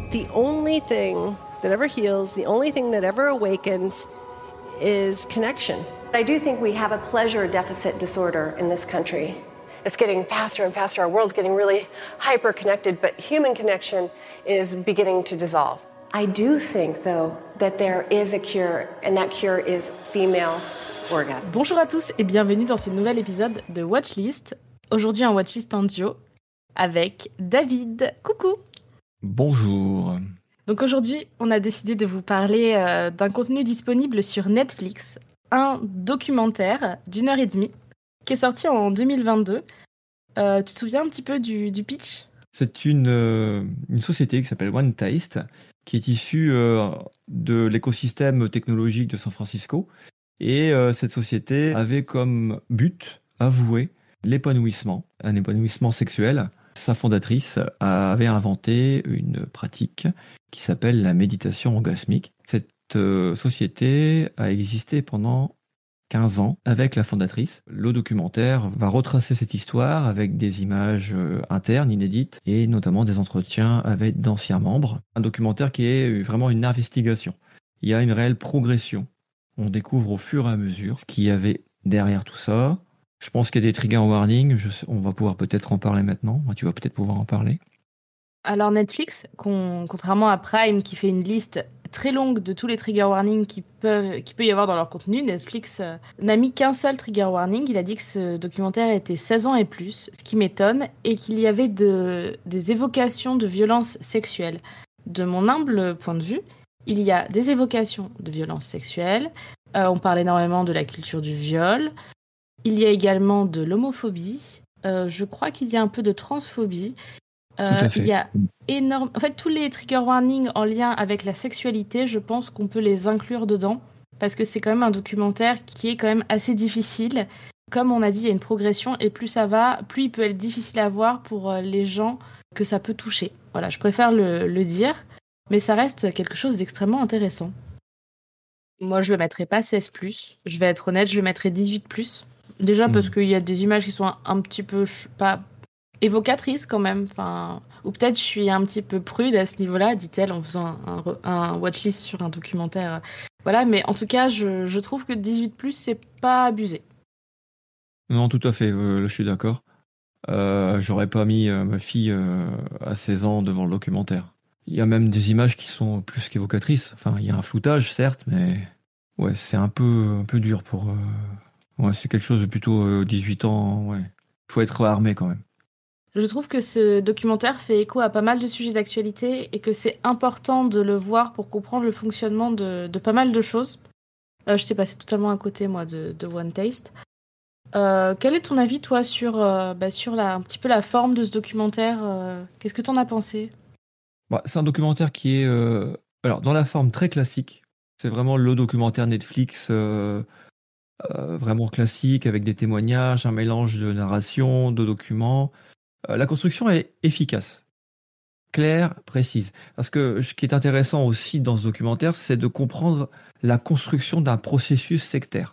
The only thing that ever heals, the only thing that ever awakens is connection. I do think we have a pleasure deficit disorder in this country. It's getting faster and faster. Our world's getting really hyper-connected, but human connection is beginning to dissolve. I do think, though, that there is a cure, and that cure is female orgasm. Bonjour à tous et bienvenue dans ce nouvel épisode de Watchlist. Aujourd'hui, un Watchlist en duo avec David. Coucou. Bonjour. Donc aujourd'hui, on a décidé de vous parler d'un contenu disponible sur Netflix, un documentaire d'1h30 qui est sorti en 2022. Tu te souviens un petit peu du pitch ? C'est une société qui s'appelle OneTaste, qui est issue de l'écosystème technologique de San Francisco. Et cette société avait comme but avoué l'épanouissement, un épanouissement sexuel. Sa fondatrice avait inventé une pratique qui s'appelle la méditation orgasmique. Cette société a existé pendant 15 ans avec la fondatrice. Le documentaire va retracer cette histoire avec des images internes, inédites, et notamment des entretiens avec d'anciens membres. Un documentaire qui est vraiment une investigation. Il y a une réelle progression. On découvre au fur et à mesure ce qu'il y avait derrière tout ça. Je pense qu'il y a des trigger warnings. On va pouvoir peut-être en parler maintenant. Tu vas peut-être pouvoir en parler. Alors Netflix, contrairement à Prime qui fait une liste très longue de tous les trigger warnings qui peut y avoir dans leur contenu, Netflix n'a mis qu'un seul trigger warning. Il a dit que ce documentaire était 16 ans et plus, ce qui m'étonne, et qu'il y avait des évocations de violences sexuelles. De mon humble point de vue, il y a des évocations de violences sexuelles. On parle énormément de la culture du viol. Il y a également de l'homophobie. Je crois qu'il y a un peu de transphobie. Tout à fait. Il y a En fait, tous les trigger warnings en lien avec la sexualité, je pense qu'on peut les inclure dedans, parce que c'est quand même un documentaire qui est quand même assez difficile. Comme on a dit, il y a une progression, et plus ça va, plus il peut être difficile à voir pour les gens que ça peut toucher. Voilà, je préfère le dire, mais ça reste quelque chose d'extrêmement intéressant. Moi, je le mettrais pas 16+, je vais être honnête, je le mettrais 18+. Déjà parce qu'il y a des images qui sont un petit peu pas évocatrices quand même, ou peut-être je suis un petit peu prude à ce niveau-là, dit-elle en faisant un watchlist sur un documentaire. Voilà, mais en tout cas, je trouve que 18+, c'est pas abusé. Non, tout à fait, là, je suis d'accord. J'aurais pas mis ma fille à 16 ans devant le documentaire. Il y a même des images qui sont plus qu'évocatrices. Enfin, il y a un floutage, certes, mais ouais, c'est un peu dur pour... Ouais, c'est quelque chose de plutôt 18 ans, ouais. Faut être armé quand même. Je trouve que ce documentaire fait écho à pas mal de sujets d'actualité et que c'est important de le voir pour comprendre le fonctionnement de pas mal de choses. Je t'ai passé totalement à côté, moi, de OneTaste. Quel est ton avis, toi, sur un petit peu la forme de ce documentaire Qu'est-ce que t'en as pensé ? C'est un documentaire qui est alors dans la forme très classique. C'est vraiment le documentaire Netflix vraiment classique, avec des témoignages, un mélange de narration, de documents. La construction est efficace, claire, précise. Parce que ce qui est intéressant aussi dans ce documentaire, c'est de comprendre la construction d'un processus sectaire.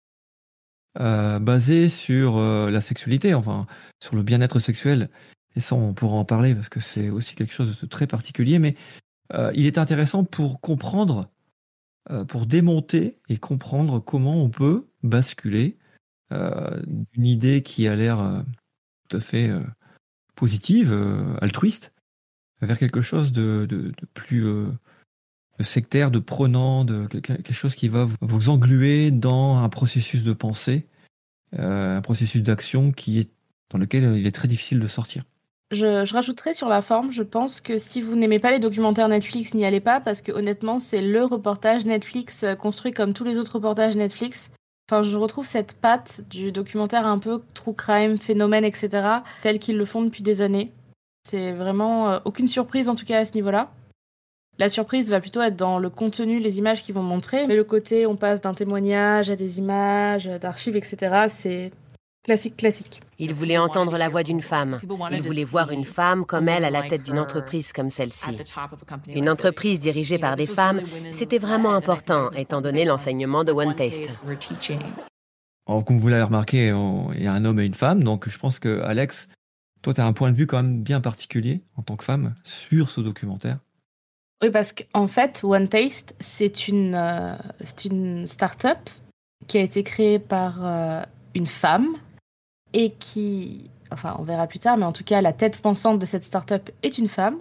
Basé sur la sexualité, enfin, sur le bien-être sexuel. Et ça, on pourra en parler parce que c'est aussi quelque chose de très particulier. Mais il est intéressant pour comprendre, pour démonter et comprendre comment on peut basculer d'une idée qui a l'air tout à fait positive, altruiste, vers quelque chose de plus sectaire, de prenant, de quelque chose qui va vous engluer dans un processus de pensée, un processus d'action dans lequel il est très difficile de sortir. Je rajouterais sur la forme, je pense que si vous n'aimez pas les documentaires Netflix, n'y allez pas, parce que honnêtement, c'est le reportage Netflix construit comme tous les autres reportages Netflix. Enfin, je retrouve cette patte du documentaire un peu true crime, phénomène, etc., tel qu'ils le font depuis des années. C'est vraiment aucune surprise, en tout cas, à ce niveau-là. La surprise va plutôt être dans le contenu, les images qu'ils vont montrer, mais le côté, on passe d'un témoignage à des images, d'archives, etc., c'est classique. Il voulait entendre la voix d'une femme. Il voulait voir une femme comme elle à la tête d'une entreprise comme celle-ci. Une entreprise dirigée par des femmes, c'était vraiment important, étant donné l'enseignement de OneTaste. Alors, comme vous l'avez remarqué, il y a un homme et une femme, donc je pense que Alex, toi, tu as un point de vue quand même bien particulier en tant que femme sur ce documentaire. Oui, parce qu'en fait, One Taste, c'est une start-up qui a été créée par une femme et qui, enfin, on verra plus tard, mais en tout cas, la tête pensante de cette start-up est une femme.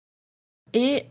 Et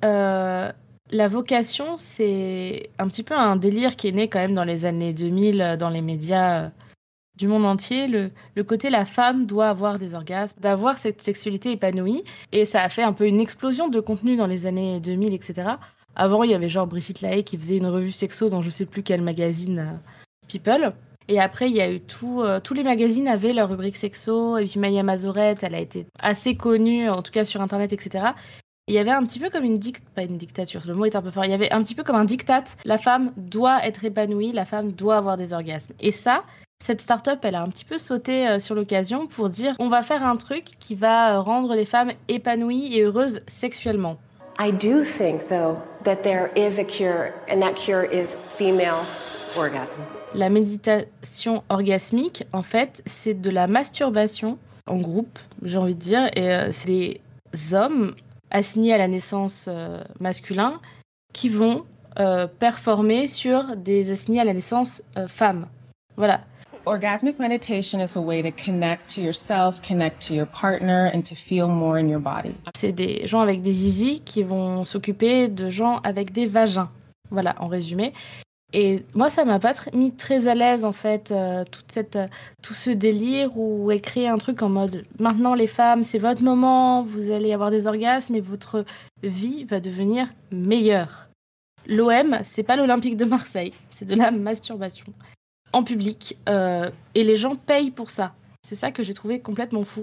la vocation, c'est un petit peu un délire qui est né quand même dans les années 2000 dans les médias du monde entier. Le côté la femme doit avoir des orgasmes, d'avoir cette sexualité épanouie. Et ça a fait un peu une explosion de contenu dans les années 2000, etc. Avant, il y avait genre Brigitte Lahaie qui faisait une revue sexo dans je sais plus quel magazine People. Et après, il y a eu tous les magazines avaient leur rubrique sexo. Et puis Maya Mazorette, elle a été assez connue, en tout cas sur Internet, etc. Il y avait un petit peu comme pas une dictature, le mot est un peu fort. Il y avait un petit peu comme un diktat. La femme doit être épanouie, la femme doit avoir des orgasmes. Et ça, cette start-up, elle a un petit peu sauté sur l'occasion pour dire on va faire un truc qui va rendre les femmes épanouies et heureuses sexuellement. I do think, though, that there is a cure, and that cure is female orgasm. La méditation orgasmique, en fait, c'est de la masturbation en groupe, j'ai envie de dire. Et c'est des hommes assignés à la naissance masculin qui vont performer sur des assignés à la naissance femmes. Voilà. Orgasmic meditation is a way to connect to yourself, connect to your partner, and to feel more in your body. C'est des gens avec des zizis qui vont s'occuper de gens avec des vagins. Voilà, en résumé. Et moi, ça m'a pas mis très à l'aise, en fait, tout ce délire où elle crée un truc en mode « Maintenant, les femmes, c'est votre moment, vous allez avoir des orgasmes et votre vie va devenir meilleure. » L'OM, c'est pas l'Olympique de Marseille, c'est de la masturbation en public. Et les gens payent pour ça. C'est ça que j'ai trouvé complètement fou.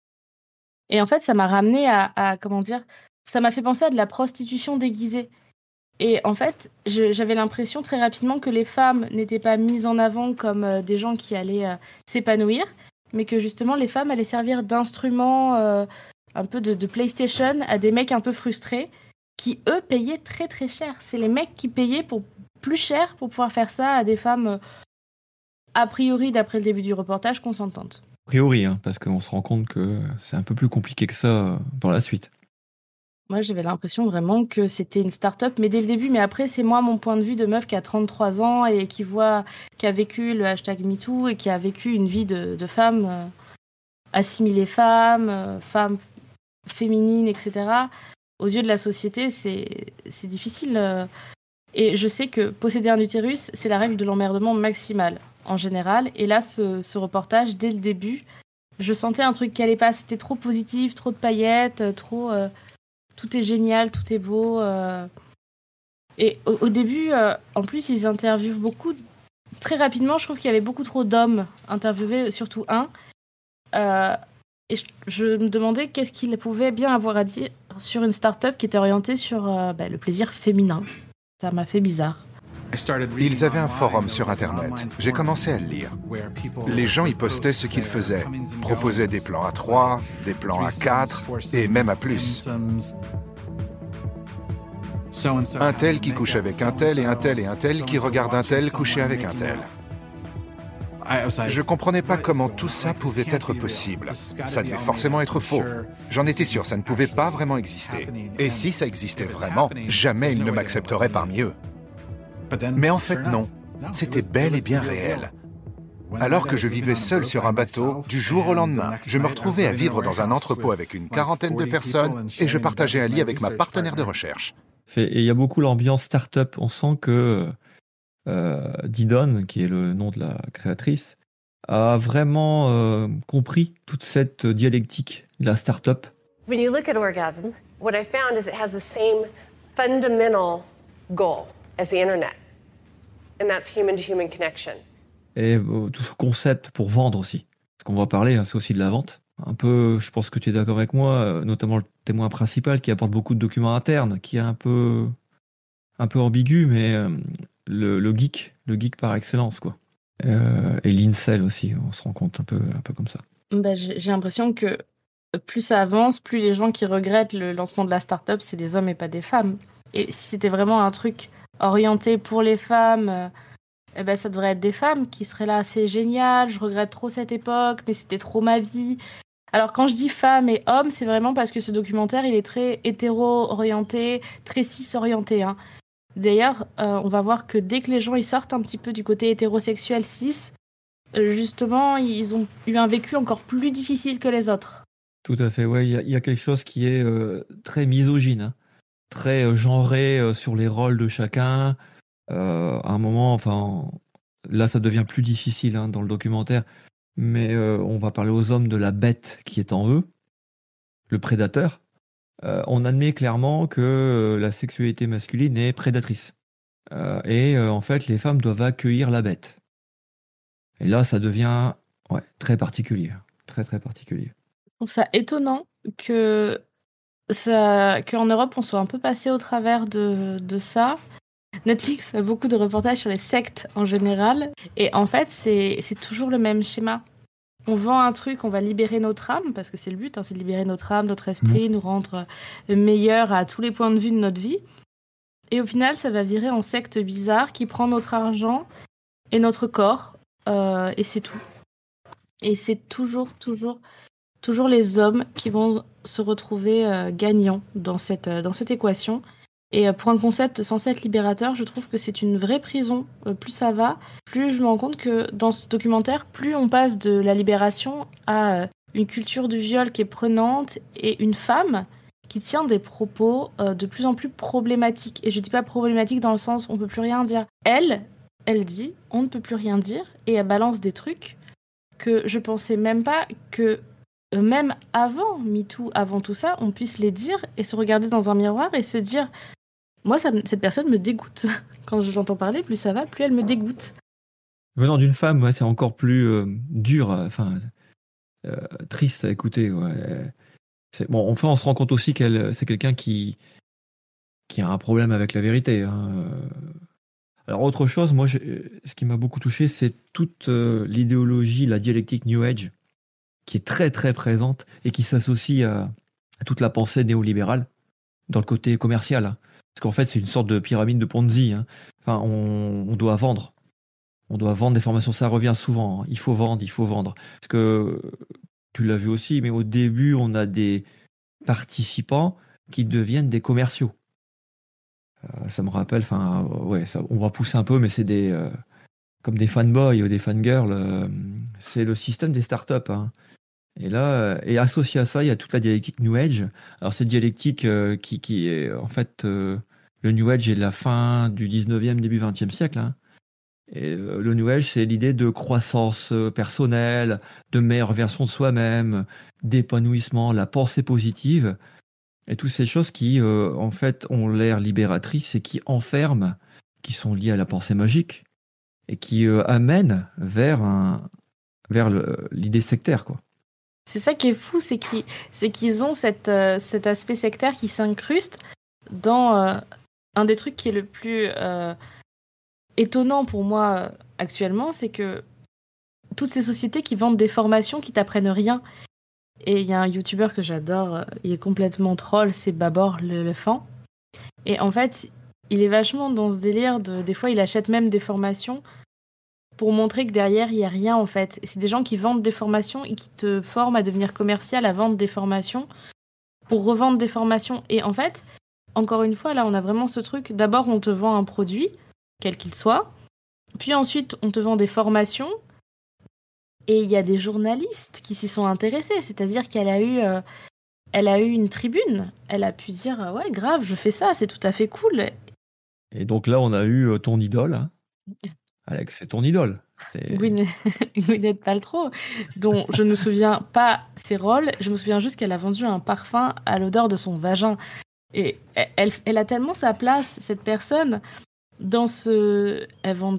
Et en fait, ça m'a ramené à comment dire, ça m'a fait penser à de la prostitution déguisée. Et en fait, j'avais l'impression très rapidement que les femmes n'étaient pas mises en avant comme des gens qui allaient s'épanouir, mais que justement les femmes allaient servir d'instrument, un peu de PlayStation à des mecs un peu frustrés qui, eux, payaient très très cher. C'est les mecs qui payaient plus cher pour pouvoir faire ça à des femmes, a priori, d'après le début du reportage, consentantes. A priori, hein, parce qu'on se rend compte que c'est un peu plus compliqué que ça par la suite. Moi, j'avais l'impression vraiment que c'était une start-up, mais dès le début. Mais après, c'est moi, mon point de vue de meuf qui a 33 ans et qui a vécu le hashtag MeToo et qui a vécu une vie de femme, assimilée femme, femme féminine, etc. Aux yeux de la société, c'est difficile. Et je sais que posséder un utérus, c'est la règle de l'emmerdement maximale, en général. Et là, ce reportage, dès le début, je sentais un truc qui allait pas. C'était trop positif, trop de paillettes, trop... tout est génial, tout est beau. Et au début, en plus, ils interviewent beaucoup. Très rapidement, je trouve qu'il y avait beaucoup trop d'hommes interviewés, surtout un. Et je me demandais qu'est-ce qu'ils pouvaient bien avoir à dire sur une start-up qui était orientée sur le plaisir féminin. Ça m'a fait bizarre. Ils avaient un forum sur Internet. J'ai commencé à le lire. Les gens y postaient ce qu'ils faisaient, proposaient des plans à 3, des plans à 4 et même à plus. Un tel qui couche avec un tel et un tel et un tel qui regarde un tel coucher avec un tel. Je comprenais pas comment tout ça pouvait être possible. Ça devait forcément être faux. J'en étais sûr, ça ne pouvait pas vraiment exister. Et si ça existait vraiment, jamais ils ne m'accepteraient parmi eux. Mais en fait, non. C'était bel et bien réel. Alors que je vivais seul sur un bateau, du jour au lendemain, je me retrouvais à vivre dans un entrepôt avec une quarantaine de personnes et je partageais un lit avec ma partenaire de recherche. Et il y a beaucoup l'ambiance start-up. On sent que Didon, qui est le nom de la créatrice, a vraiment compris toute cette dialectique de la start-up. When you look at orgasm, what I found is it has the same fundamental goal as the internet, and that's human-to-human connection. Et tout ce concept pour vendre aussi. Parce qu'on va parler, c'est aussi de la vente. Un peu, je pense que tu es d'accord avec moi, notamment le témoin principal qui apporte beaucoup de documents internes, qui est un peu ambigu, mais le geek par excellence, quoi. Et l'incel aussi, on se rend compte un peu comme ça. J'ai l'impression que plus ça avance, plus les gens qui regrettent le lancement de la start-up, c'est des hommes et pas des femmes. Et si c'était vraiment un truc orienté pour les femmes, ça devrait être des femmes qui seraient là, c'est génial, je regrette trop cette époque, mais c'était trop ma vie. Alors quand je dis femme et homme, c'est vraiment parce que ce documentaire, il est très hétéro-orienté, très cis-orienté. Hein. D'ailleurs, on va voir que dès que les gens ils sortent un petit peu du côté hétérosexuel cis, justement, ils ont eu un vécu encore plus difficile que les autres. Tout à fait, ouais, il y a quelque chose qui est très misogyne, hein, très genré sur les rôles de chacun. À un moment, enfin, là, ça devient plus difficile hein, dans le documentaire, mais on va parler aux hommes de la bête qui est en eux, le prédateur. On admet clairement que la sexualité masculine est prédatrice. En fait, les femmes doivent accueillir la bête. Et là, ça devient très particulier. Très, très particulier. Je trouve ça étonnant qu'en Europe, on soit un peu passé au travers de ça. Netflix a beaucoup de reportages sur les sectes en général. Et en fait, c'est toujours le même schéma. On vend un truc, on va libérer notre âme, parce que c'est le but, hein, c'est de libérer notre âme, notre esprit, nous rendre meilleurs à tous les points de vue de notre vie. Et au final, ça va virer en secte bizarre qui prend notre argent et notre corps, et c'est tout. Et c'est toujours les hommes qui vont se retrouver gagnants dans cette équation. Et pour un concept censé être libérateur, je trouve que c'est une vraie prison. Plus ça va, plus je me rends compte que dans ce documentaire, plus on passe de la libération à une culture du viol qui est prenante et une femme qui tient des propos de plus en plus problématiques. Et je dis pas problématiques dans le sens on peut plus rien dire. Elle dit on ne peut plus rien dire et elle balance des trucs que je pensais même pas que même avant MeToo, avant tout ça, on puisse les dire et se regarder dans un miroir et se dire moi, cette personne me dégoûte. Quand je l'entends parler, plus ça va, plus elle me dégoûte. Venant d'une femme, ouais, c'est encore plus dur, triste à écouter. Ouais. Bon, enfin, on se rend compte aussi qu'elle, c'est quelqu'un qui a un problème avec la vérité. Hein. Alors, autre chose, moi, ce qui m'a beaucoup touché, c'est toute l'idéologie, la dialectique New Age, qui est très, très présente et qui s'associe à toute la pensée néolibérale dans le côté commercial. Hein. Parce qu'en fait, c'est une sorte de pyramide de Ponzi. Hein. Enfin, on doit vendre. On doit vendre des formations. Ça revient souvent. Hein. Il faut vendre, il faut vendre. Parce que tu l'as vu aussi, mais au début, on a des participants qui deviennent des commerciaux. Ça me rappelle, on va pousser un peu, mais c'est comme des fanboys ou des fangirls. C'est le système des startups. Hein. Et là, et associé à ça, il y a toute la dialectique New Age. Alors cette dialectique qui est en fait le New Age est la fin du 19e, début 20e siècle. Hein. Et le New Age, c'est l'idée de croissance personnelle, de meilleure version de soi-même, d'épanouissement, la pensée positive, et toutes ces choses qui en fait ont l'air libératrices et qui enferment, qui sont liées à la pensée magique et qui amènent vers l'idée sectaire, quoi. C'est ça qui est fou, c'est qu'ils ont cet aspect sectaire qui s'incruste dans un des trucs qui est le plus étonnant pour moi actuellement, c'est que toutes ces sociétés qui vendent des formations qui t'apprennent rien. Et il y a un youtubeur que j'adore, il est complètement troll, c'est Babor l'éléphant. Et en fait, il est vachement dans ce délire des fois il achète même des formations pour montrer que derrière, il n'y a rien, en fait. C'est des gens qui vendent des formations et qui te forment à devenir commercial, à vendre des formations, pour revendre des formations. Et en fait, encore une fois, là, on a vraiment ce truc. D'abord, on te vend un produit, quel qu'il soit. Puis ensuite, on te vend des formations. Et il y a des journalistes qui s'y sont intéressés. C'est-à-dire qu'elle a eu une tribune. Elle a pu dire, ouais, grave, je fais ça, c'est tout à fait cool. Et donc là, on a eu ton idole, hein. Alex, c'est ton idole. Gwyneth Paltrow, dont je ne me souviens pas ses rôles, je me souviens juste qu'elle a vendu un parfum à l'odeur de son vagin. Et elle a tellement sa place, cette personne, dans ce... Elle vend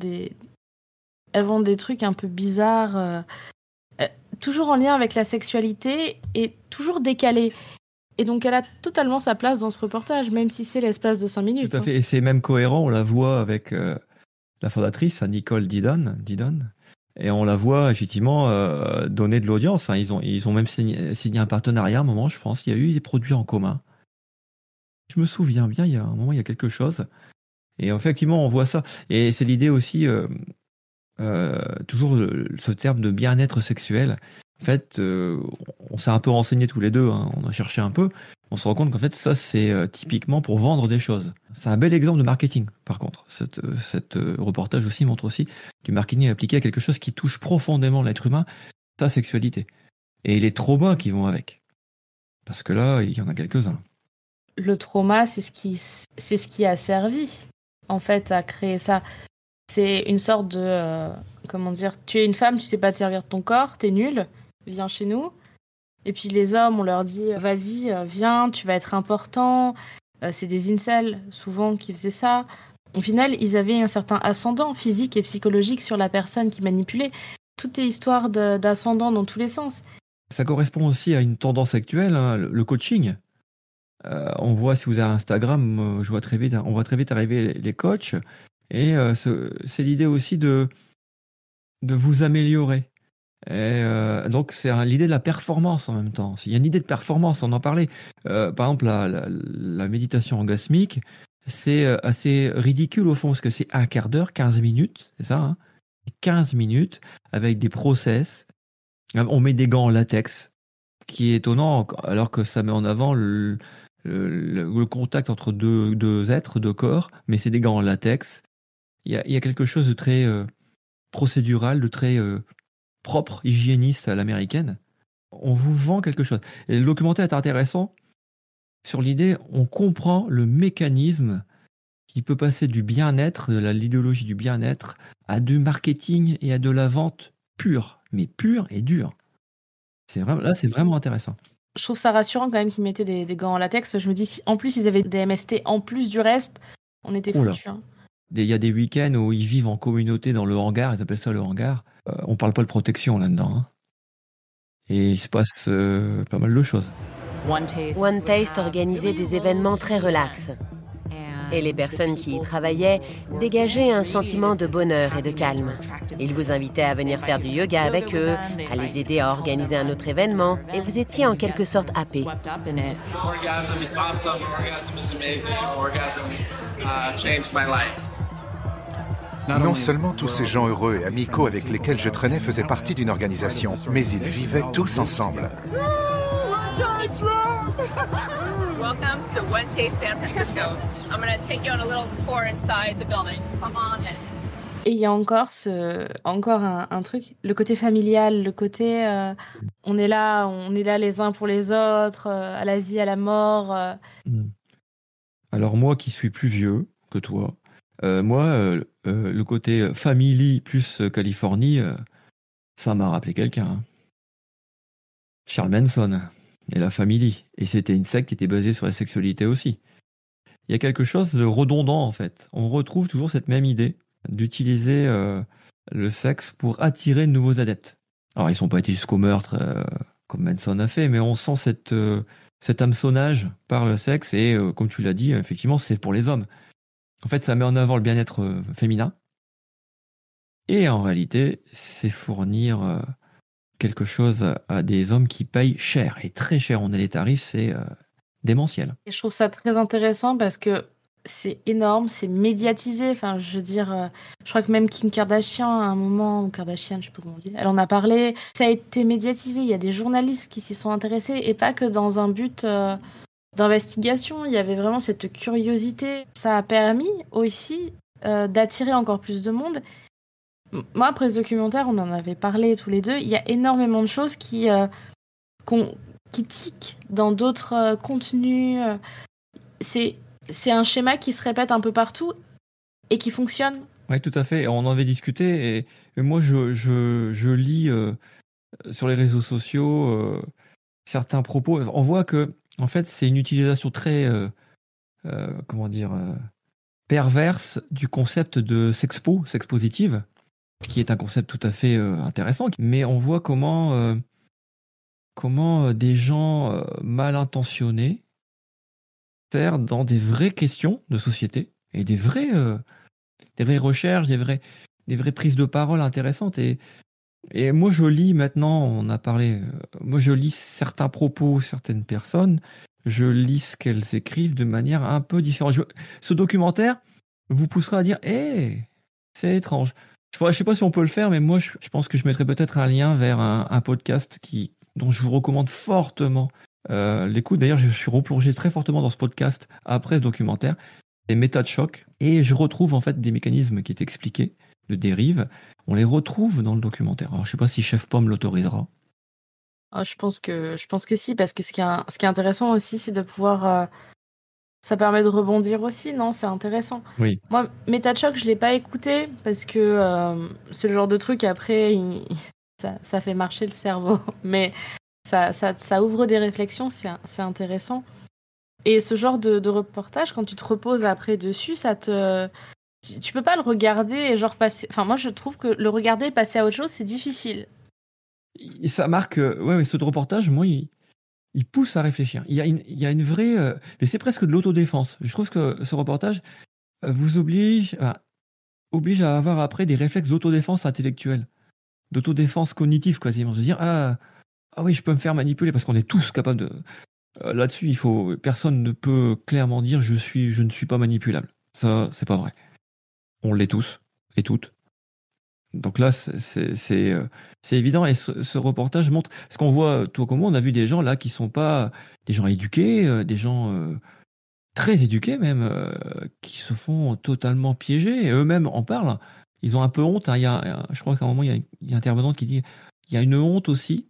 des trucs un peu bizarres, toujours en lien avec la sexualité et toujours décalés. Et donc elle a totalement sa place dans ce reportage, même si c'est l'espace de 5 minutes. Tout à fait, et c'est même cohérent, on la voit avec... la fondatrice, Nicole Didon, et on la voit effectivement donner de l'audience. Enfin, ils ont même signé un partenariat à un moment, je pense. Il y a eu des produits en commun. Je me souviens bien, il y a un moment, il y a quelque chose. Et effectivement, on voit ça. Et c'est l'idée aussi, toujours ce terme de bien-être sexuel. En fait, on s'est un peu renseigné tous les deux, hein, on a cherché un peu. On se rend compte qu'en fait, ça, c'est typiquement pour vendre des choses. C'est un bel exemple de marketing, par contre. Cette reportage aussi montre aussi du marketing appliqué à quelque chose qui touche profondément l'être humain, sa sexualité. Et les traumas qui vont avec. Parce que là, il y en a quelques-uns. Le trauma, c'est ce qui a servi, en fait, à créer ça. C'est une sorte de... comment dire, tu es une femme, tu sais pas te servir de ton corps, t'es nulle, viens chez nous. Et puis les hommes, on leur dit, vas-y, viens, tu vas être important. C'est des incels, souvent, qui faisaient ça. Au final, ils avaient un certain ascendant physique et psychologique sur la personne qui manipulait. Tout est histoire d'ascendant dans tous les sens. Ça correspond aussi à une tendance actuelle, hein, le coaching. On voit, si vous avez Instagram, on voit très vite arriver les coachs. Et c'est l'idée aussi de vous améliorer. Et donc c'est l'idée de la performance en même temps. Il y a une idée de performance, on en parlait. Par exemple, la méditation orgasmique, c'est assez ridicule au fond, parce que c'est un quart d'heure, 15 minutes, c'est ça, hein, 15 minutes avec des process. On met des gants en latex, qui est étonnant, alors que ça met en avant le contact entre deux êtres, deux corps, mais c'est des gants en latex. Il y a quelque chose de très procédural, de très propre, hygiéniste à l'américaine. On vous vend quelque chose. Et le documentaire est intéressant sur l'idée, on comprend le mécanisme qui peut passer du bien-être, de l'idéologie du bien-être, à du marketing et à de la vente pure, mais pure et dure. Là, c'est vraiment intéressant. Je trouve ça rassurant quand même qu'ils mettaient des gants en latex, parce que je me dis, si en plus ils avaient des MST en plus du reste, on était foutus. Hein. Il y a des week-ends où ils vivent en communauté dans le hangar, ils appellent ça le hangar. On parle pas de protection là-dedans. Hein. Et il se passe pas mal de choses. One Taste organisait des événements très relax. Et les personnes qui y travaillaient dégageaient un sentiment de bonheur et de calme. Ils vous invitaient à venir faire du yoga avec eux, à les aider à organiser un autre événement, et vous étiez en quelque sorte happé. Non seulement tous ces gens heureux et amicaux avec lesquels je traînais faisaient partie d'une organisation, mais ils vivaient tous ensemble. Welcome to One Taste San Francisco. I'm going to take you on a little tour inside the building. Come on in. Et il y a encore un truc, le côté familial, le côté on est là les uns pour les autres, à la vie, à la mort. Alors moi qui suis plus vieux que toi, le côté family plus Californie, ça m'a rappelé quelqu'un. Hein. Charles Manson et la family. Et c'était une secte qui était basée sur la sexualité aussi. Il y a quelque chose de redondant en fait. On retrouve toujours cette même idée d'utiliser le sexe pour attirer de nouveaux adeptes. Alors ils ne sont pas été jusqu'au meurtre comme Manson a fait, mais on sent cet hameçonnage par le sexe et comme tu l'as dit, effectivement c'est pour les hommes. En fait ça met en avant le bien-être féminin et en réalité c'est fournir quelque chose à des hommes qui payent cher et très cher. On a les tarifs, c'est démentiel. Et je trouve ça très intéressant parce que c'est énorme, c'est médiatisé. Enfin, je veux dire, je crois que même Kim Kardashian, à un moment, ou Kardashian, je sais pas comment on dit, elle en a parlé. Ça a été médiatisé. Il y a des journalistes qui s'y sont intéressés et pas que dans un but d'investigation. Il y avait vraiment cette curiosité. Ça a permis aussi d'attirer encore plus de monde. Moi, après ce documentaire, on en avait parlé tous les deux. Il y a énormément de choses qui tiquent dans d'autres contenus. C'est un schéma qui se répète un peu partout et qui fonctionne. Oui, tout à fait. On en avait discuté et moi, je lis sur les réseaux sociaux certains propos. On voit que, en fait, c'est une utilisation très, perverse du concept de sex positive, qui est un concept tout à fait intéressant. Mais on voit comment des gens mal intentionnés servent dans des vraies questions de société et des vraies recherches, des vraies prises de parole intéressantes. Et moi, je lis maintenant, on a parlé, moi je lis certains propos, certaines personnes, je lis ce qu'elles écrivent de manière un peu différente. Ce documentaire vous poussera à dire « c'est étrange ». Je sais pas si on peut le faire, mais moi, je pense que je mettrais peut-être un lien vers un podcast dont je vous recommande fortement l'écoute. D'ailleurs, je suis replongé très fortement dans ce podcast après ce documentaire. C'est Méta de choc. Et je retrouve en fait des mécanismes qui étaient expliqués, de dérive. On les retrouve dans le documentaire. Alors, je sais pas si Chef Pomme l'autorisera. Je pense que si, parce que ce qui est intéressant aussi, c'est de pouvoir... ça permet de rebondir aussi, non? C'est intéressant. Oui. Moi, Méta de choc, je l'ai pas écouté, parce que c'est le genre de truc, après, ça fait marcher le cerveau. Mais ça ouvre des réflexions, c'est intéressant. Et ce genre de reportage, quand tu te reposes après dessus, tu peux pas le regarder et genre passer... Enfin, moi, je trouve que le regarder et passer à autre chose, c'est difficile. Et ça marque... ouais, ce reportage, moi, il pousse à réfléchir. Il y a une vraie... mais c'est presque de l'autodéfense. Je trouve que ce reportage vous oblige à avoir après des réflexes d'autodéfense intellectuelle, d'autodéfense cognitive quasiment. Se dire, ah oui, je peux me faire manipuler, parce qu'on est tous capables de... là-dessus, personne ne peut clairement dire je ne suis pas manipulable. Ça, c'est pas vrai. On l'est tous et toutes. Donc là, c'est évident. Et ce reportage montre ce qu'on voit, toi comme moi, on a vu des gens là qui sont pas des gens éduqués, des gens très éduqués même, qui se font totalement piéger. Et eux-mêmes en parlent. Ils ont un peu honte. Hein. Je crois qu'à un moment, il y a une intervenante qui dit il y a une honte aussi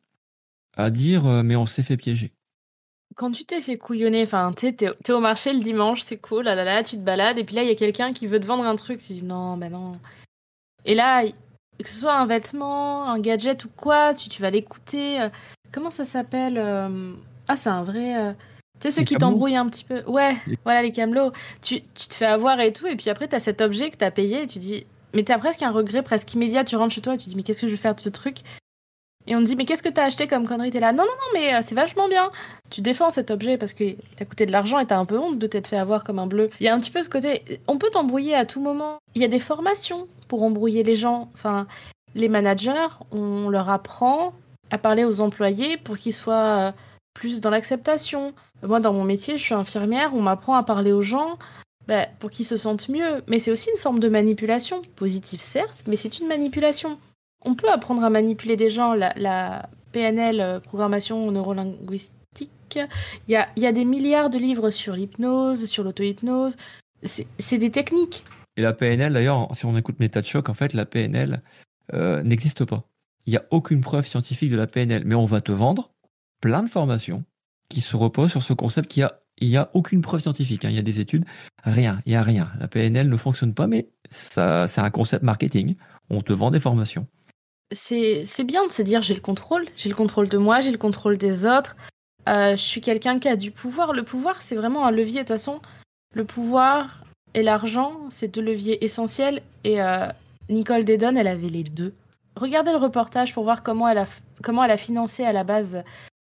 à dire mais on s'est fait piéger. Quand tu t'es fait couillonner, enfin, tu sais, t'es au marché le dimanche, c'est cool, là, tu te balades, et puis là, il y a quelqu'un qui veut te vendre un truc, tu dis non, ben non. Et là, que ce soit un vêtement, un gadget ou quoi, tu vas l'écouter. Comment ça s'appelle Ah, c'est un vrai... Tu sais, ceux Les qui camelots. t'embrouillent un petit peu. Ouais, voilà, les camelots. Tu te fais avoir et tout, et puis après, t'as cet objet que t'as payé, et tu dis... Mais t'as presque un regret presque immédiat, tu rentres chez toi, et tu dis, mais qu'est-ce que je vais faire de ce truc? Et on te dit, mais qu'est-ce que t'as acheté comme connerie? T'es là, non, mais c'est vachement bien. Tu défends cet objet parce que t'as coûté de l'argent et t'as un peu honte de t'être fait avoir comme un bleu. Il y a un petit peu ce côté, on peut t'embrouiller à tout moment. Il y a des formations pour embrouiller les gens. Enfin, les managers, on leur apprend à parler aux employés pour qu'ils soient plus dans l'acceptation. Moi, dans mon métier, je suis infirmière, on m'apprend à parler aux gens pour qu'ils se sentent mieux. Mais c'est aussi une forme de manipulation. Positive, certes, mais c'est une manipulation. On peut apprendre à manipuler des gens, la PNL, programmation neurolinguistique. Il y a des milliards de livres sur l'hypnose, sur l'auto-hypnose. C'est des techniques. Et la PNL, d'ailleurs, si on écoute Méta de choc, en fait, la PNL n'existe pas. Il n'y a aucune preuve scientifique de la PNL. Mais on va te vendre plein de formations qui se reposent sur ce concept il y a aucune preuve scientifique. Hein. Il y a des études, rien, il n'y a rien. La PNL ne fonctionne pas, mais ça, c'est un concept marketing. On te vend des formations. C'est bien de se dire j'ai le contrôle de moi, j'ai le contrôle des autres. Je suis quelqu'un qui a du pouvoir. Le pouvoir, c'est vraiment un levier. De toute façon, le pouvoir et l'argent, c'est deux leviers essentiels. Et Nicole Dedon, elle avait les deux. Regardez le reportage pour voir comment elle a financé à la base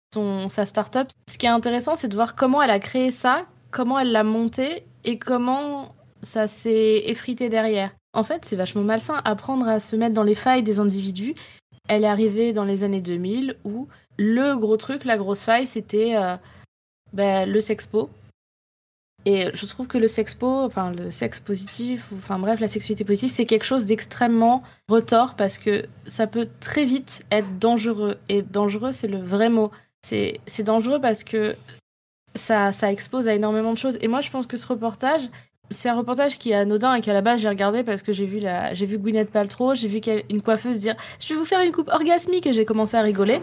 sa start-up. Ce qui est intéressant, c'est de voir comment elle a créé ça, comment elle l'a monté et comment ça s'est effrité derrière. En fait, c'est vachement malsain. Apprendre à se mettre dans les failles des individus. Elle est arrivée dans les années 2000 où le gros truc, la grosse faille, c'était le sexpo. Et je trouve que le sexpo, enfin le sexe positif, enfin bref, la sexualité positive, c'est quelque chose d'extrêmement retors parce que ça peut très vite être dangereux. Et dangereux, c'est le vrai mot. C'est dangereux parce que ça expose à énormément de choses. Et moi, je pense que ce reportage, c'est un reportage qui est anodin et qu'à la base, j'ai regardé parce que j'ai vu Gwyneth Paltrow, j'ai vu une coiffeuse dire « Je vais vous faire une coupe orgasmique » et j'ai commencé à rigoler.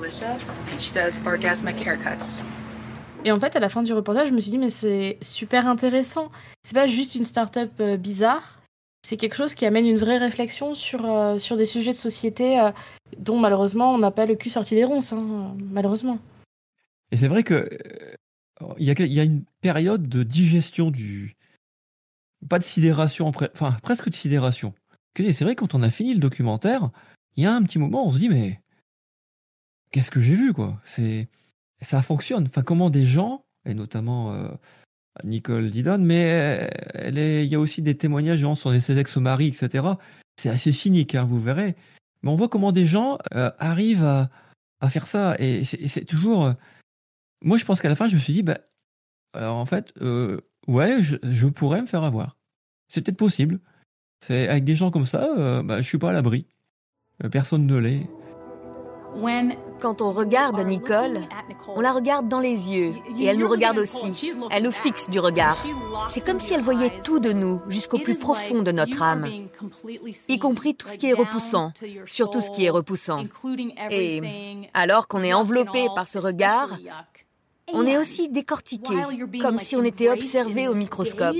Et en fait, à la fin du reportage, je me suis dit « Mais c'est super intéressant. C'est pas juste une start-up bizarre. C'est quelque chose qui amène une vraie réflexion sur des sujets de société dont malheureusement, on n'a pas le cul sorti des ronces, hein, malheureusement. » Et c'est vrai que il y a une période de digestion pas de sidération, enfin presque de sidération. C'est vrai que quand on a fini le documentaire, il y a un petit moment, on se dit mais qu'est-ce que j'ai vu quoi ? Ça fonctionne. Enfin comment des gens, et notamment Nicole Dedon, mais il y a aussi des témoignages genre, sur ses ex-maris, etc. C'est assez cynique, hein, vous verrez. Mais on voit comment des gens arrivent à faire ça. Et c'est toujours... moi, je pense qu'à la fin, je me suis dit, alors en fait, ouais, je pourrais me faire avoir. C'est peut-être possible. Avec des gens comme ça, je suis pas à l'abri. Personne ne l'est. Quand on regarde Nicole, on la regarde dans les yeux et elle nous regarde aussi. Elle nous fixe du regard. C'est comme si elle voyait tout de nous jusqu'au plus profond de notre âme, y compris tout ce qui est repoussant, surtout ce qui est repoussant. Et alors qu'on est enveloppé par ce regard, on est aussi décortiqué, comme si on était observé au microscope.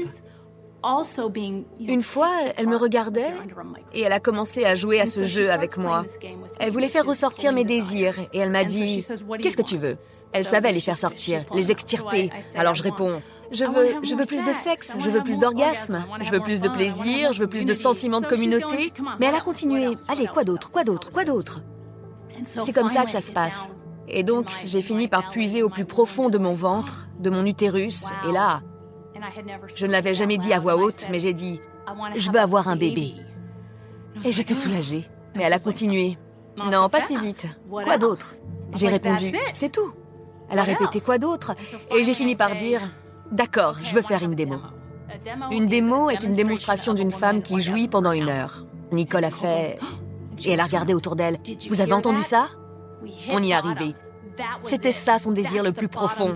Une fois, elle me regardait et elle a commencé à jouer à ce jeu avec moi. Elle voulait faire ressortir mes désirs et elle m'a dit « Qu'est-ce que tu veux ?» Elle savait les faire sortir, les extirper. Alors je réponds « Je veux plus de sexe, je veux plus d'orgasme, je veux plus de plaisir, je veux plus de sentiments de communauté. » Mais elle a continué « Allez, quoi d'autre, quoi d'autre, quoi d'autre ?» C'est comme ça que ça se passe. Et donc, j'ai fini par puiser au plus profond de mon ventre, de mon utérus, et là... Je ne l'avais jamais dit à voix haute, mais j'ai dit « Je veux avoir un bébé ». Et j'étais soulagée. Mais elle a continué. « Non, pas si vite. Quoi d'autre ?» J'ai répondu « C'est tout ». Elle a répété « Quoi d'autre ?» Et j'ai fini par dire « D'accord, je veux faire une démo ». Une démo est une démonstration d'une femme qui jouit pendant 1 heure. Nicole a fait... Et elle a regardé autour d'elle. « Vous avez entendu ça ?» On y est arrivé. C'était ça son désir le plus profond.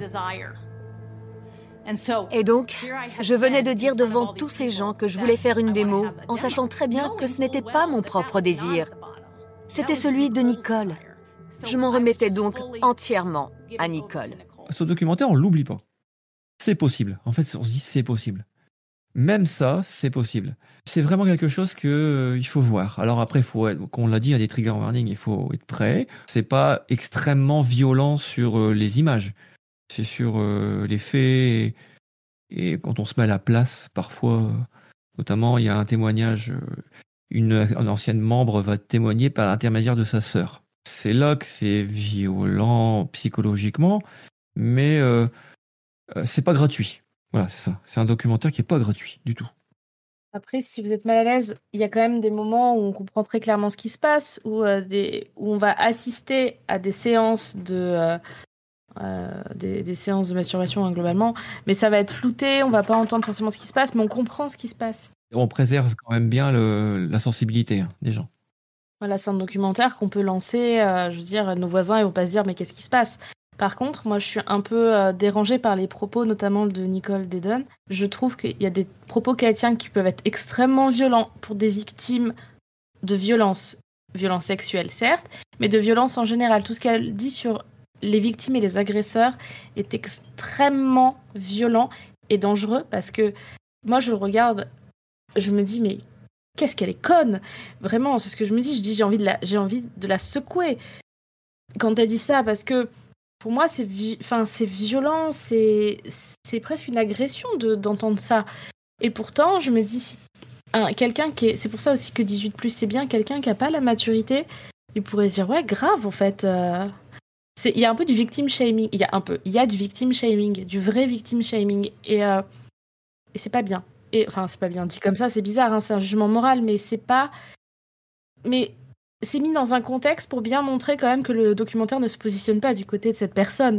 Et donc, je venais de dire devant tous ces gens que je voulais faire une démo, en sachant très bien que ce n'était pas mon propre désir. C'était celui de Nicole. Je m'en remettais donc entièrement à Nicole. Ce documentaire, on l'oublie pas. C'est possible. En fait, on se dit c'est possible. Même ça, c'est possible. C'est vraiment quelque chose que il faut voir. Alors après, comme on l'a dit, il y a des trigger warnings, il faut être prêt. C'est pas extrêmement violent sur les images. C'est sur les faits et quand on se met à la place, parfois, notamment, il y a un témoignage, une ancienne membre va témoigner par l'intermédiaire de sa sœur. C'est là que c'est violent psychologiquement, mais c'est pas gratuit. Voilà, c'est ça. C'est un documentaire qui est pas gratuit du tout. Après, si vous êtes mal à l'aise, il y a quand même des moments où on comprend très clairement ce qui se passe, où on va assister à des séances des séances de masturbation globalement, mais ça va être flouté, on va pas entendre forcément ce qui se passe, mais on comprend ce qui se passe. On préserve quand même bien la sensibilité des gens. Voilà, c'est un documentaire qu'on peut lancer, je veux dire, nos voisins ils vont pas se dire mais qu'est-ce qui se passe. Par contre, moi je suis un peu dérangée par les propos, notamment de Nicole Dedon. Je trouve qu'il y a des propos qu'elle tient qui peuvent être extrêmement violents pour des victimes de violences sexuelles certes, mais de violences en général. Tout ce qu'elle dit sur les victimes et les agresseurs est extrêmement violent et dangereux parce que moi je le regarde, je me dis mais qu'est-ce qu'elle est conne, vraiment, c'est ce que je me dis, j'ai envie de la secouer quand elle dit ça, parce que pour moi c'est violent, c'est presque une agression d'entendre ça. Et pourtant je me dis quelqu'un c'est pour ça aussi que 18+, c'est bien, quelqu'un qui a pas la maturité, il pourrait se dire ouais grave en fait. Il y a un peu du victim shaming, il y a du victim shaming, du vrai victim shaming, et c'est pas bien. Et enfin, c'est pas bien dit comme ça, c'est bizarre, hein, c'est un jugement moral, mais c'est pas. Mais c'est mis dans un contexte pour bien montrer quand même que le documentaire ne se positionne pas du côté de cette personne.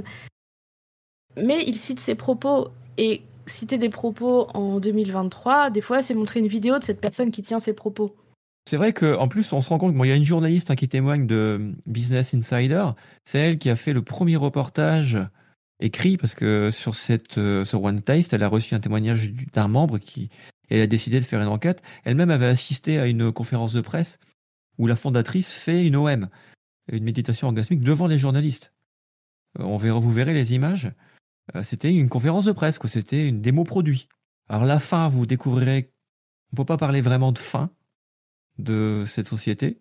Mais il cite ses propos, et citer des propos en 2023, des fois, c'est montrer une vidéo de cette personne qui tient ses propos. C'est vrai qu'en plus, on se rend compte qu'il y a une journaliste qui témoigne de Business Insider. C'est elle qui a fait le premier reportage écrit, parce que sur One Taste, elle a reçu un témoignage d'un membre et elle a décidé de faire une enquête. Elle-même avait assisté à une conférence de presse où la fondatrice fait une OM, une méditation orgasmique, devant les journalistes. Vous verrez les images. C'était une conférence de presse, quoi. C'était une démo produit. Alors la fin, vous découvrirez, on ne peut pas parler vraiment de fin de cette société,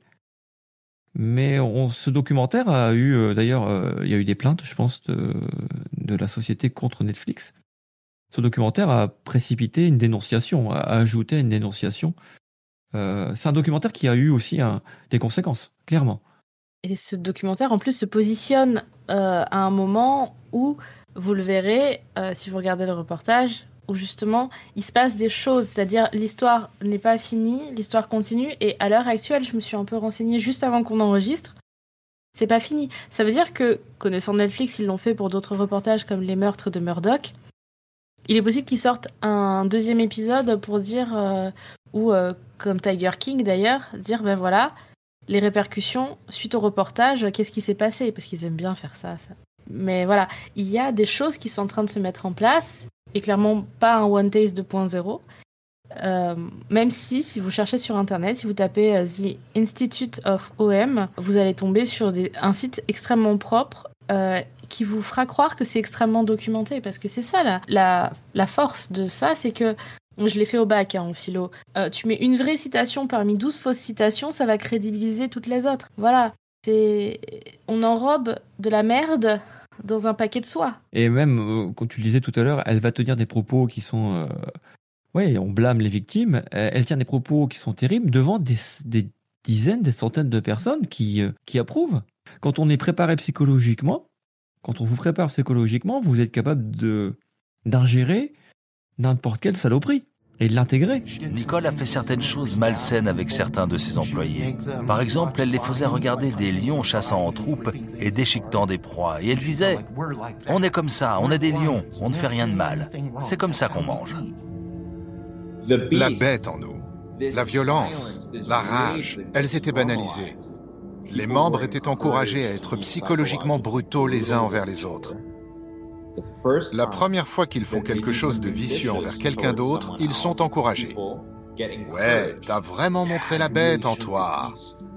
mais ce documentaire a eu, d'ailleurs, il y a eu des plaintes, je pense, de la société contre Netflix. Ce documentaire a précipité une dénonciation, a ajouté une dénonciation. C'est un documentaire qui a eu aussi des conséquences, clairement. Et ce documentaire, en plus, se positionne à un moment où, vous le verrez, si vous regardez le reportage, où justement, il se passe des choses, c'est-à-dire l'histoire n'est pas finie, l'histoire continue, et à l'heure actuelle, je me suis un peu renseignée juste avant qu'on enregistre, c'est pas fini. Ça veut dire que, connaissant Netflix, ils l'ont fait pour d'autres reportages comme les meurtres de Murdoch, il est possible qu'ils sortent un 2e épisode pour dire ou comme Tiger King d'ailleurs, dire ben voilà, les répercussions suite au reportage, qu'est-ce qui s'est passé? Parce qu'ils aiment bien faire ça. Mais voilà, il y a des choses qui sont en train de se mettre en place, et clairement pas un One Taste 2.0. Même si vous cherchez sur internet, si vous tapez The Institute of OM, vous allez tomber sur un site extrêmement propre qui vous fera croire que c'est extrêmement documenté, parce que c'est ça la force de ça, c'est que je l'ai fait au bac en philo. Tu mets une vraie citation parmi 12 fausses citations, ça va crédibiliser toutes les autres. Voilà, on enrobe de la merde dans un paquet de soie. Et même, comme tu le disais tout à l'heure, elle va tenir des propos qui sont... Oui, on blâme les victimes. Elle tient des propos qui sont terribles devant des dizaines, des centaines de personnes qui approuvent. Quand on est préparé psychologiquement, quand on vous prépare psychologiquement, vous êtes capable d'ingérer n'importe quelle saloperie et de l'intégrer. Nicole a fait certaines choses malsaines avec certains de ses employés. Par exemple, elle les faisait regarder des lions chassant en troupe et déchiquetant des proies. Et elle disait « On est comme ça, on est des lions, on ne fait rien de mal. C'est comme ça qu'on mange. » La bête en nous, la violence, la rage, elles étaient banalisées. Les membres étaient encouragés à être psychologiquement brutaux les uns envers les autres. La première fois qu'ils font quelque chose de vicieux envers quelqu'un d'autre, ils sont encouragés. Ouais, t'as vraiment montré la bête en toi.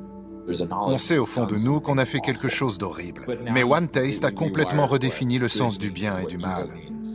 On sait au fond de nous qu'on a fait quelque chose d'horrible. Mais One Taste a complètement redéfini le sens du bien et du mal.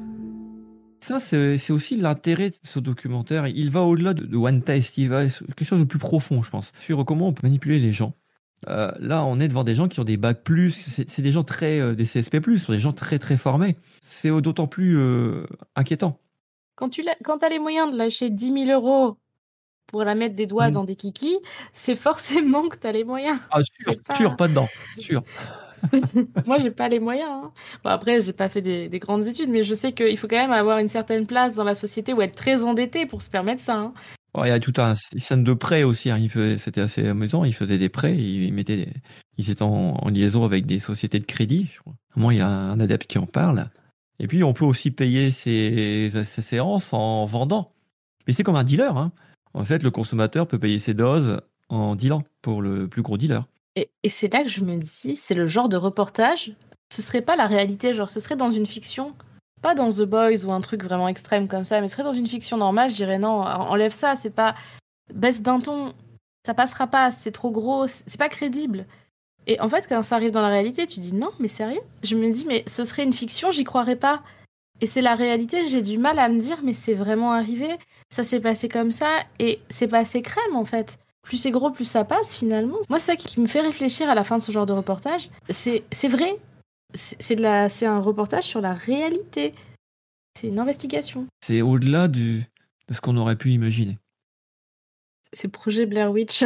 Ça, c'est aussi l'intérêt de ce documentaire. Il va au-delà de One Taste, il va sur quelque chose de plus profond, je pense, sur comment on peut manipuler les gens. Là, on est devant des gens qui ont des bacs plus, c'est des gens des CSP+, des gens très très formés. C'est d'autant plus inquiétant. Quand t'as les moyens de lâcher 10 000 € pour la mettre des doigts dans des kikis, c'est forcément que t'as les moyens. Ah, sûr, pas dedans, sûr. Moi, j'ai pas les moyens. Hein. Bon, après, j'ai pas fait des grandes études, mais je sais qu'il faut quand même avoir une certaine place dans la société ou être très endetté pour se permettre ça. Hein. Il y a tout un système de prêts aussi. Hein. C'était assez amusant. Ils faisaient des prêts. Ils étaient en liaison avec des sociétés de crédit. Je crois. Au moins, il y a un adepte qui en parle. Et puis, on peut aussi payer ces séances en vendant. Mais c'est comme un dealer. Hein. En fait, le consommateur peut payer ses doses en dealant pour le plus gros dealer. Et c'est là que je me dis, c'est le genre de reportage, ce serait pas la réalité, genre ce serait dans une fiction, pas dans The Boys ou un truc vraiment extrême comme ça, mais ce serait dans une fiction normale, je dirais non, enlève ça, c'est pas, baisse d'un ton, ça passera pas, c'est trop gros, c'est pas crédible. Et en fait, quand ça arrive dans la réalité, tu dis non, mais sérieux? Je me dis, mais ce serait une fiction, j'y croirais pas. Et c'est la réalité, j'ai du mal à me dire, mais c'est vraiment arrivé, ça s'est passé comme ça, et c'est passé crème en fait. Plus c'est gros, plus ça passe finalement. Moi, c'est ça qui me fait réfléchir à la fin de ce genre de reportage. C'est vrai. C'est un reportage sur la réalité. C'est une investigation. C'est au-delà de ce qu'on aurait pu imaginer. C'est projet Blair Witch.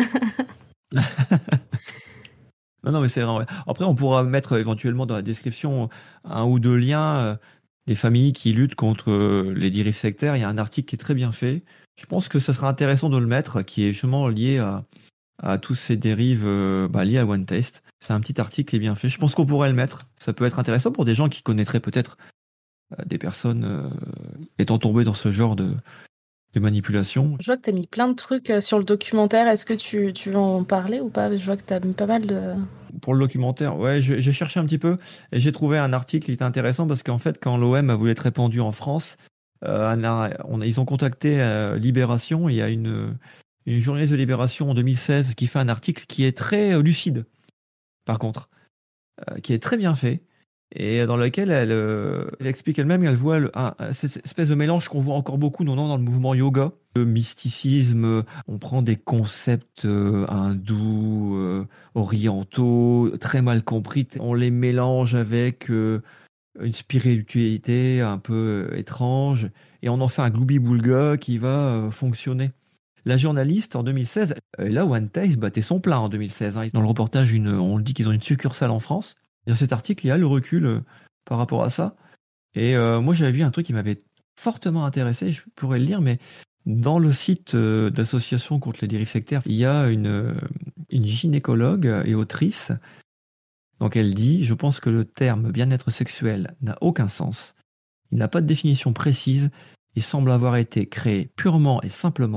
Non, mais c'est vrai. Après, on pourra mettre éventuellement dans la description un ou deux liens des familles qui luttent contre les dérives sectaires. Il y a un article qui est très bien fait. Je pense que ça sera intéressant de le mettre, qui est justement lié à toutes ces dérives liées à One Taste. C'est un petit article qui est bien fait. Je pense qu'on pourrait le mettre. Ça peut être intéressant pour des gens qui connaîtraient peut-être des personnes étant tombées dans ce genre de manipulation. Je vois que tu as mis plein de trucs sur le documentaire. Est-ce que tu veux en parler ou pas? Je vois que tu as mis pas mal de... Pour le documentaire, ouais, j'ai cherché un petit peu et j'ai trouvé un article qui était intéressant parce qu'en fait, quand l'OM a voulu être répandu en France, ils ont contacté Libération. Il y a une journaliste de Libération en 2016 qui fait un article qui est très lucide, par contre, qui est très bien fait et dans lequel elle explique elle-même qu'elle voit cette espèce de mélange qu'on voit encore beaucoup dans le mouvement yoga, le mysticisme. On prend des concepts hindous, orientaux, très mal compris, on les mélange avec une spiritualité un peu étrange, et on en fait un gloubi-boulga qui va fonctionner. La journaliste, en 2016, là, One Taste battait son plein en 2016. Hein. Dans le reportage, on le dit qu'ils ont une succursale en France. Et dans cet article, il y a le recul par rapport à ça. Et moi, j'avais vu un truc qui m'avait fortement intéressé, je pourrais le lire, mais dans le site d'association contre les dérives sectaires, il y a une gynécologue et autrice. Donc elle dit « Je pense que le terme bien-être sexuel n'a aucun sens. Il n'a pas de définition précise et semble avoir été créé purement et simplement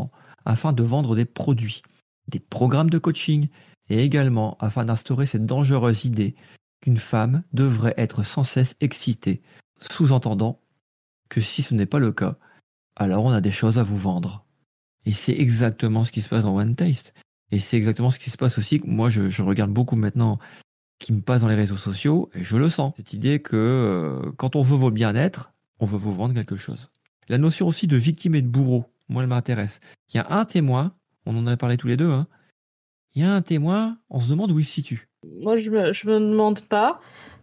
afin de vendre des produits, des programmes de coaching, et également afin d'instaurer cette dangereuse idée qu'une femme devrait être sans cesse excitée, sous-entendant que si ce n'est pas le cas, alors on a des choses à vous vendre. Et c'est exactement ce qui se passe dans One Taste. Et c'est exactement ce qui se passe aussi. Moi, je regarde beaucoup maintenant qui me passe dans les réseaux sociaux et je le sens. Cette idée que quand on veut votre bien-être, on veut vous vendre quelque chose. La notion aussi de victime et de bourreau, moi, elle m'intéresse. Il y a un témoin, on en a parlé tous les deux, hein. Il y a un témoin, on se demande où il se situe. Moi, je me demande pas.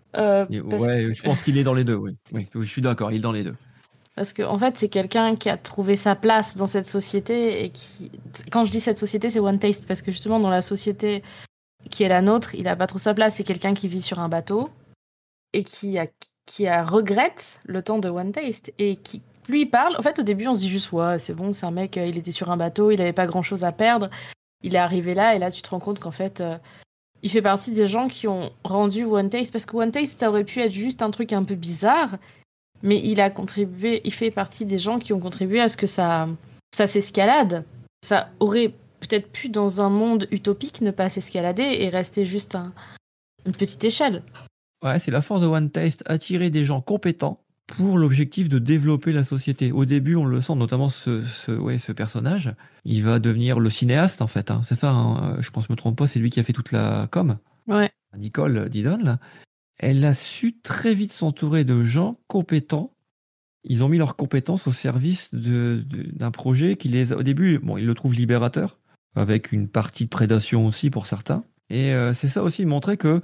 Je pense qu'il est dans les deux, oui. Oui, je suis d'accord, il est dans les deux. Parce que en fait, c'est quelqu'un qui a trouvé sa place dans cette société et qui... Quand je dis cette société, c'est One Taste, parce que justement, dans la société qui est la nôtre, il n'a pas trop sa place. C'est quelqu'un qui vit sur un bateau et qui regrette le temps de One Taste et qui, lui, il parle. En fait, au début, on se dit juste, ouais, c'est bon, c'est un mec, il était sur un bateau, il n'avait pas grand-chose à perdre. Il est arrivé là et là, tu te rends compte qu'en fait... il fait partie des gens qui ont rendu One Taste, parce que One Taste, ça aurait pu être juste un truc un peu bizarre, mais il fait partie des gens qui ont contribué à ce que ça s'escalade. Ça aurait peut-être pu, dans un monde utopique, ne pas s'escalader et rester juste une petite échelle. Ouais, c'est la force de One Taste, attirer des gens compétents pour l'objectif de développer la société. Au début, on le sent, notamment ce personnage, il va devenir le cinéaste, en fait. Hein. C'est ça, hein. Je pense que je me trompe pas, c'est lui qui a fait toute la com. Ouais. Nicole Didon, là. Elle a su très vite s'entourer de gens compétents. Ils ont mis leurs compétences au service d'un projet qui au début, bon, ils le trouvent libérateur, avec une partie de prédation aussi pour certains. Et c'est ça aussi, montrer que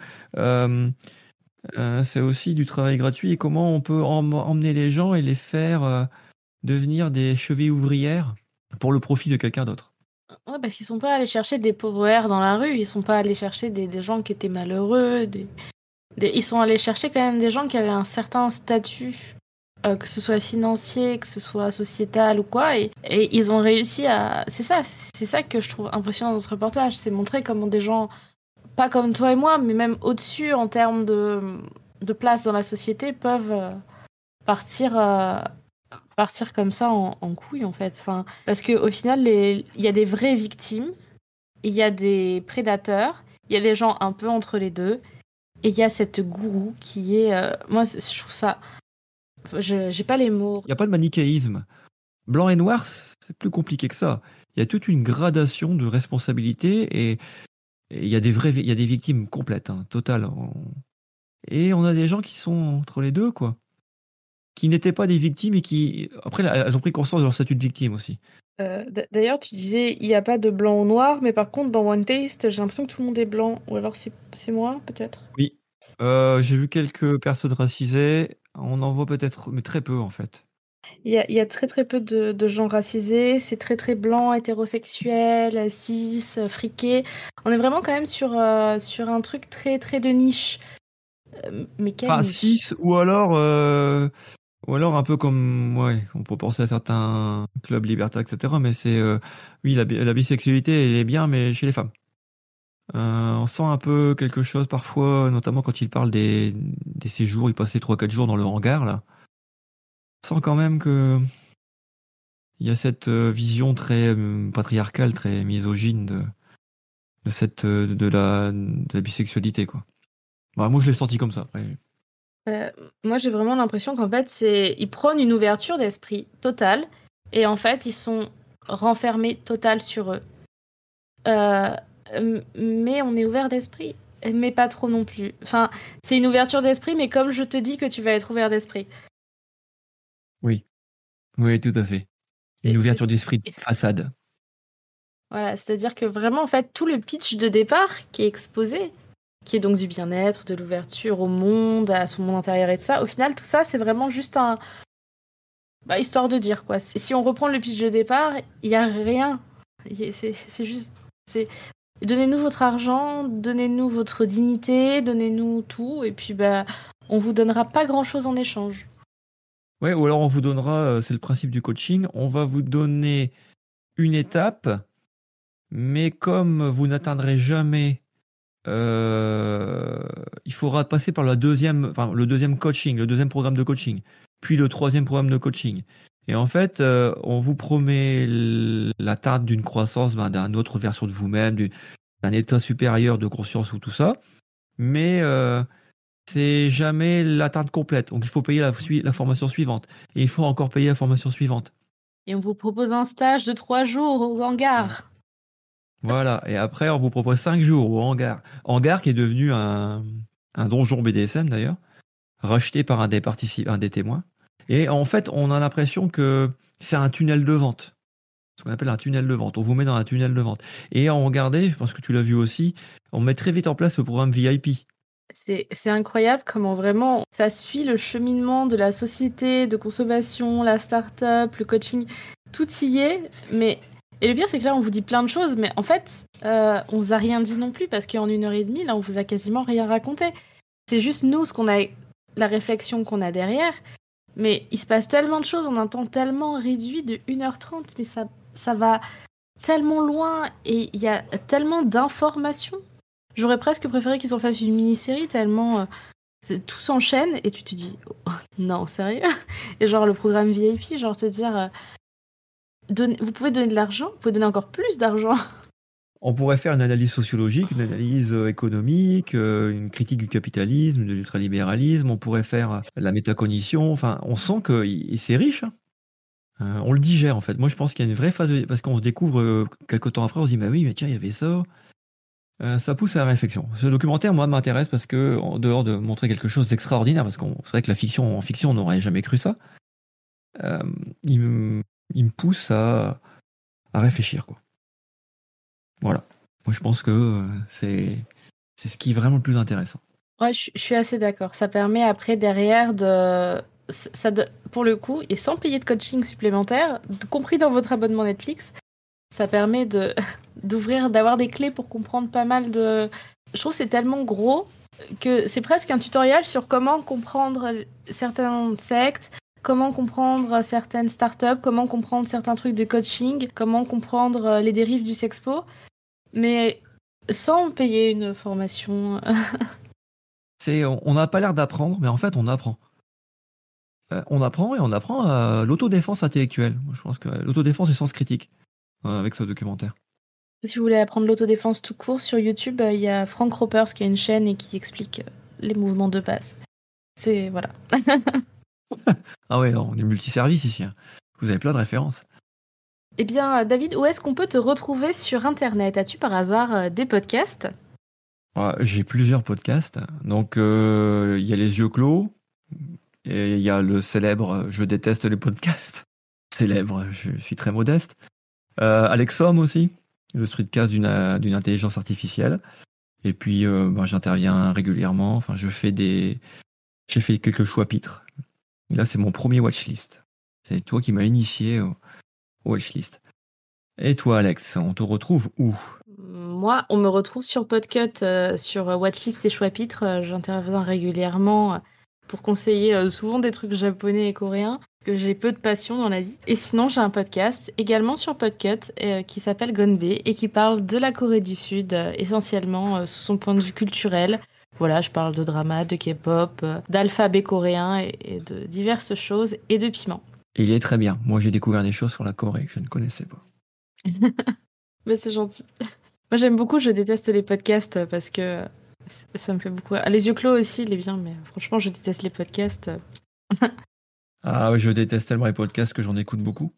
c'est aussi du travail gratuit et comment on peut emmener les gens et les faire devenir des chevilles ouvrières pour le profit de quelqu'un d'autre. Ouais, parce qu'ils sont pas allés chercher des pauvres dans la rue, ils sont pas allés chercher des gens qui étaient malheureux, ils sont allés chercher quand même des gens qui avaient un certain statut, que ce soit financier, que ce soit sociétal ou quoi, et ils ont réussi à... C'est ça que je trouve impressionnant dans ce reportage, c'est montrer comment des gens, pas comme toi et moi, mais même au-dessus en termes de place dans la société, peuvent partir comme ça en couille, en fait. Enfin, parce qu'au final, il y a des vraies victimes, il y a des prédateurs, il y a des gens un peu entre les deux, et il y a cette gourou qui est... moi, je trouve ça... J'ai pas les mots. Il n'y a pas de manichéisme. Blanc et noir, c'est plus compliqué que ça. Il y a toute une gradation de responsabilité et il y a des victimes complètes, hein, totales. Et on a des gens qui sont entre les deux, quoi. Qui n'étaient pas des victimes et qui... Après, elles ont pris conscience de leur statut de victime aussi. D'ailleurs, tu disais, il n'y a pas de blanc ou noir, mais par contre, dans One Taste, j'ai l'impression que tout le monde est blanc. Ou alors c'est moi, peut-être ? Oui. J'ai vu quelques personnes racisées. On en voit peut-être, mais très peu, en fait. Il y a très très peu de gens racisés. C'est très très blanc, hétérosexuel, cis, friqué. On est vraiment quand même sur un truc très très de niche. Mais quelle niche ? Cis, ou alors un peu comme, ouais, on peut penser à certains clubs libertaires, etc. Mais c'est, oui, la bisexualité, elle est bien, mais chez les femmes. On sent un peu quelque chose parfois, notamment quand il parle des séjours, il passait 3-4 jours dans le hangar, là. On sent quand même que il y a cette vision très patriarcale, très misogyne de la bisexualité, quoi. Bah, moi, je l'ai senti comme ça. Après. Moi, j'ai vraiment l'impression qu'en fait, ils prônent une ouverture d'esprit totale, et en fait, ils sont renfermés total sur eux. Mais on est ouvert d'esprit, mais pas trop non plus. Enfin, c'est une ouverture d'esprit, mais comme je te dis que tu vas être ouvert d'esprit. Oui, tout à fait. Une ouverture d'esprit de façade. Voilà, c'est-à-dire que vraiment, en fait, tout le pitch de départ qui est exposé, qui est donc du bien-être, de l'ouverture au monde, à son monde intérieur et tout ça, au final, tout ça, c'est vraiment juste histoire de dire, quoi. Si on reprend le pitch de départ, il n'y a rien. C'est juste... Donnez-nous votre argent, donnez-nous votre dignité, donnez-nous tout, et puis on vous donnera pas grand-chose en échange. Ouais, ou alors on vous donnera, c'est le principe du coaching, on va vous donner une étape, mais comme vous n'atteindrez jamais, il faudra passer par le deuxième coaching, le deuxième programme de coaching, puis le troisième programme de coaching. Et en fait, on vous promet l'atteinte d'une croissance, d'une autre version de vous-même, d'un état supérieur de conscience ou tout ça. Mais c'est jamais l'atteinte complète. Donc il faut payer la formation suivante. Et il faut encore payer la formation suivante. Et on vous propose un stage de 3 jours au hangar. Voilà. Et après, on vous propose 5 jours au hangar. Hangar qui est devenu un donjon BDSM d'ailleurs, racheté par un des témoins. Et en fait, on a l'impression que c'est un tunnel de vente. Ce qu'on appelle un tunnel de vente. On vous met dans un tunnel de vente. Et regardez, je pense que tu l'as vu aussi, on met très vite en place le programme VIP. C'est incroyable comment vraiment ça suit le cheminement de la société, de consommation, la start-up, le coaching, tout y est. Et le pire, c'est que là, on vous dit plein de choses, mais en fait, on vous a rien dit non plus, parce qu'en 1h30, là, on vous a quasiment rien raconté. C'est juste nous, la réflexion qu'on a derrière. Mais il se passe tellement de choses en un temps tellement réduit de 1h30, mais ça va tellement loin et il y a tellement d'informations. J'aurais presque préféré qu'ils en fassent une mini-série tellement tout s'enchaîne et tu te dis oh, non, sérieux? Et genre le programme VIP, genre te dire vous pouvez donner de l'argent, vous pouvez donner encore plus d'argent. On pourrait faire une analyse sociologique, une analyse économique, une critique du capitalisme, de l'ultralibéralisme. On pourrait faire la métacognition. Enfin, on sent que c'est riche. On le digère, en fait. Moi, je pense qu'il y a une vraie phase... Parce qu'on se découvre quelques temps après, on se dit, bah oui, mais tiens, il y avait ça. Ça pousse à la réflexion. Ce documentaire, moi, m'intéresse parce que, en dehors de montrer quelque chose d'extraordinaire, parce que c'est vrai que en fiction, on n'aurait jamais cru ça, il me pousse à réfléchir, quoi. Voilà. Moi, je pense que c'est ce qui est vraiment le plus intéressant. Ouais, je suis assez d'accord. Ça permet après, derrière, pour le coup, et sans payer de coaching supplémentaire, compris dans votre abonnement Netflix, ça permet d'avoir des clés pour comprendre pas mal de... Je trouve que c'est tellement gros que c'est presque un tutoriel sur comment comprendre certaines sectes, comment comprendre certaines startups, comment comprendre certains trucs de coaching, comment comprendre les dérives du sexpo. Mais sans payer une formation. On n'a pas l'air d'apprendre, mais en fait, on apprend. On apprend et on apprend à l'autodéfense intellectuelle. Je pense que l'autodéfense est sens critique avec ce documentaire. Si vous voulez apprendre l'autodéfense tout court, sur YouTube, il y a Frank Ropers qui a une chaîne et qui explique les mouvements de base. C'est... voilà. Ah ouais, non, on est multiservice ici. Hein. Vous avez plein de références. Eh bien, David, où est-ce qu'on peut te retrouver sur Internet? As-tu par hasard des podcasts? J'ai plusieurs podcasts. Donc, il y a Les Yeux Clos. Et il y a le célèbre Je déteste les podcasts. Célèbre, je suis très modeste. Alexom aussi, le streetcast d'une intelligence artificielle. Et puis, j'interviens régulièrement. Enfin, j'ai fait quelques chapitres. Et là, c'est mon premier watchlist. C'est toi qui m'as initié au watchlist. Et toi, Alex, on te retrouve où? Moi, on me retrouve sur Podcut, sur watchlist et chapitres. J'interviens régulièrement pour conseiller souvent des trucs japonais et coréens, parce que j'ai peu de passion dans la vie. Et sinon, j'ai un podcast également sur Podcut qui s'appelle Gonbe et qui parle de la Corée du Sud, essentiellement sous son point de vue culturel. Voilà, je parle de drama, de K-pop, d'alphabet coréen et de diverses choses et de piment. Et il est très bien. Moi, j'ai découvert des choses sur la Corée que je ne connaissais pas. Mais c'est gentil. Moi, j'aime beaucoup, je déteste les podcasts parce que ça me fait beaucoup... Les Yeux Clos aussi, il est bien, mais franchement, je déteste les podcasts. Ah oui, je déteste tellement les podcasts que j'en écoute beaucoup.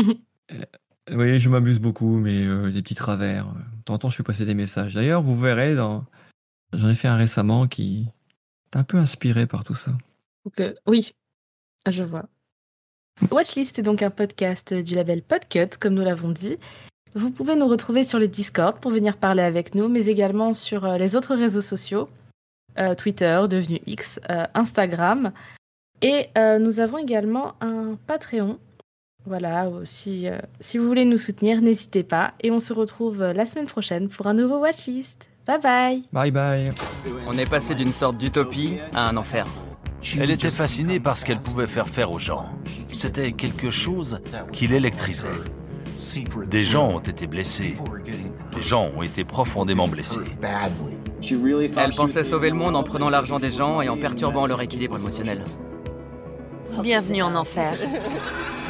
Oui, je m'amuse beaucoup, mais des petits travers. De temps en temps, je fais passer des messages. D'ailleurs, vous verrez, j'en ai fait un récemment qui est un peu inspiré par tout ça. Donc, oui, je vois. Watchlist est donc un podcast du label Podcut, comme nous l'avons dit. Vous pouvez nous retrouver sur le Discord pour venir parler avec nous, mais également sur les autres réseaux sociaux, Twitter, devenu X, Instagram. Et nous avons également un Patreon. Voilà, si vous voulez nous soutenir, n'hésitez pas. Et on se retrouve la semaine prochaine pour un nouveau Watchlist. Bye bye. Bye bye. On est passé d'une sorte d'utopie à un enfer. Elle était fascinée par ce qu'elle pouvait faire aux gens. C'était quelque chose qui l'électrisait. Des gens ont été blessés. Des gens ont été profondément blessés. Elle pensait sauver le monde en prenant l'argent des gens et en perturbant leur équilibre émotionnel. Bienvenue en enfer.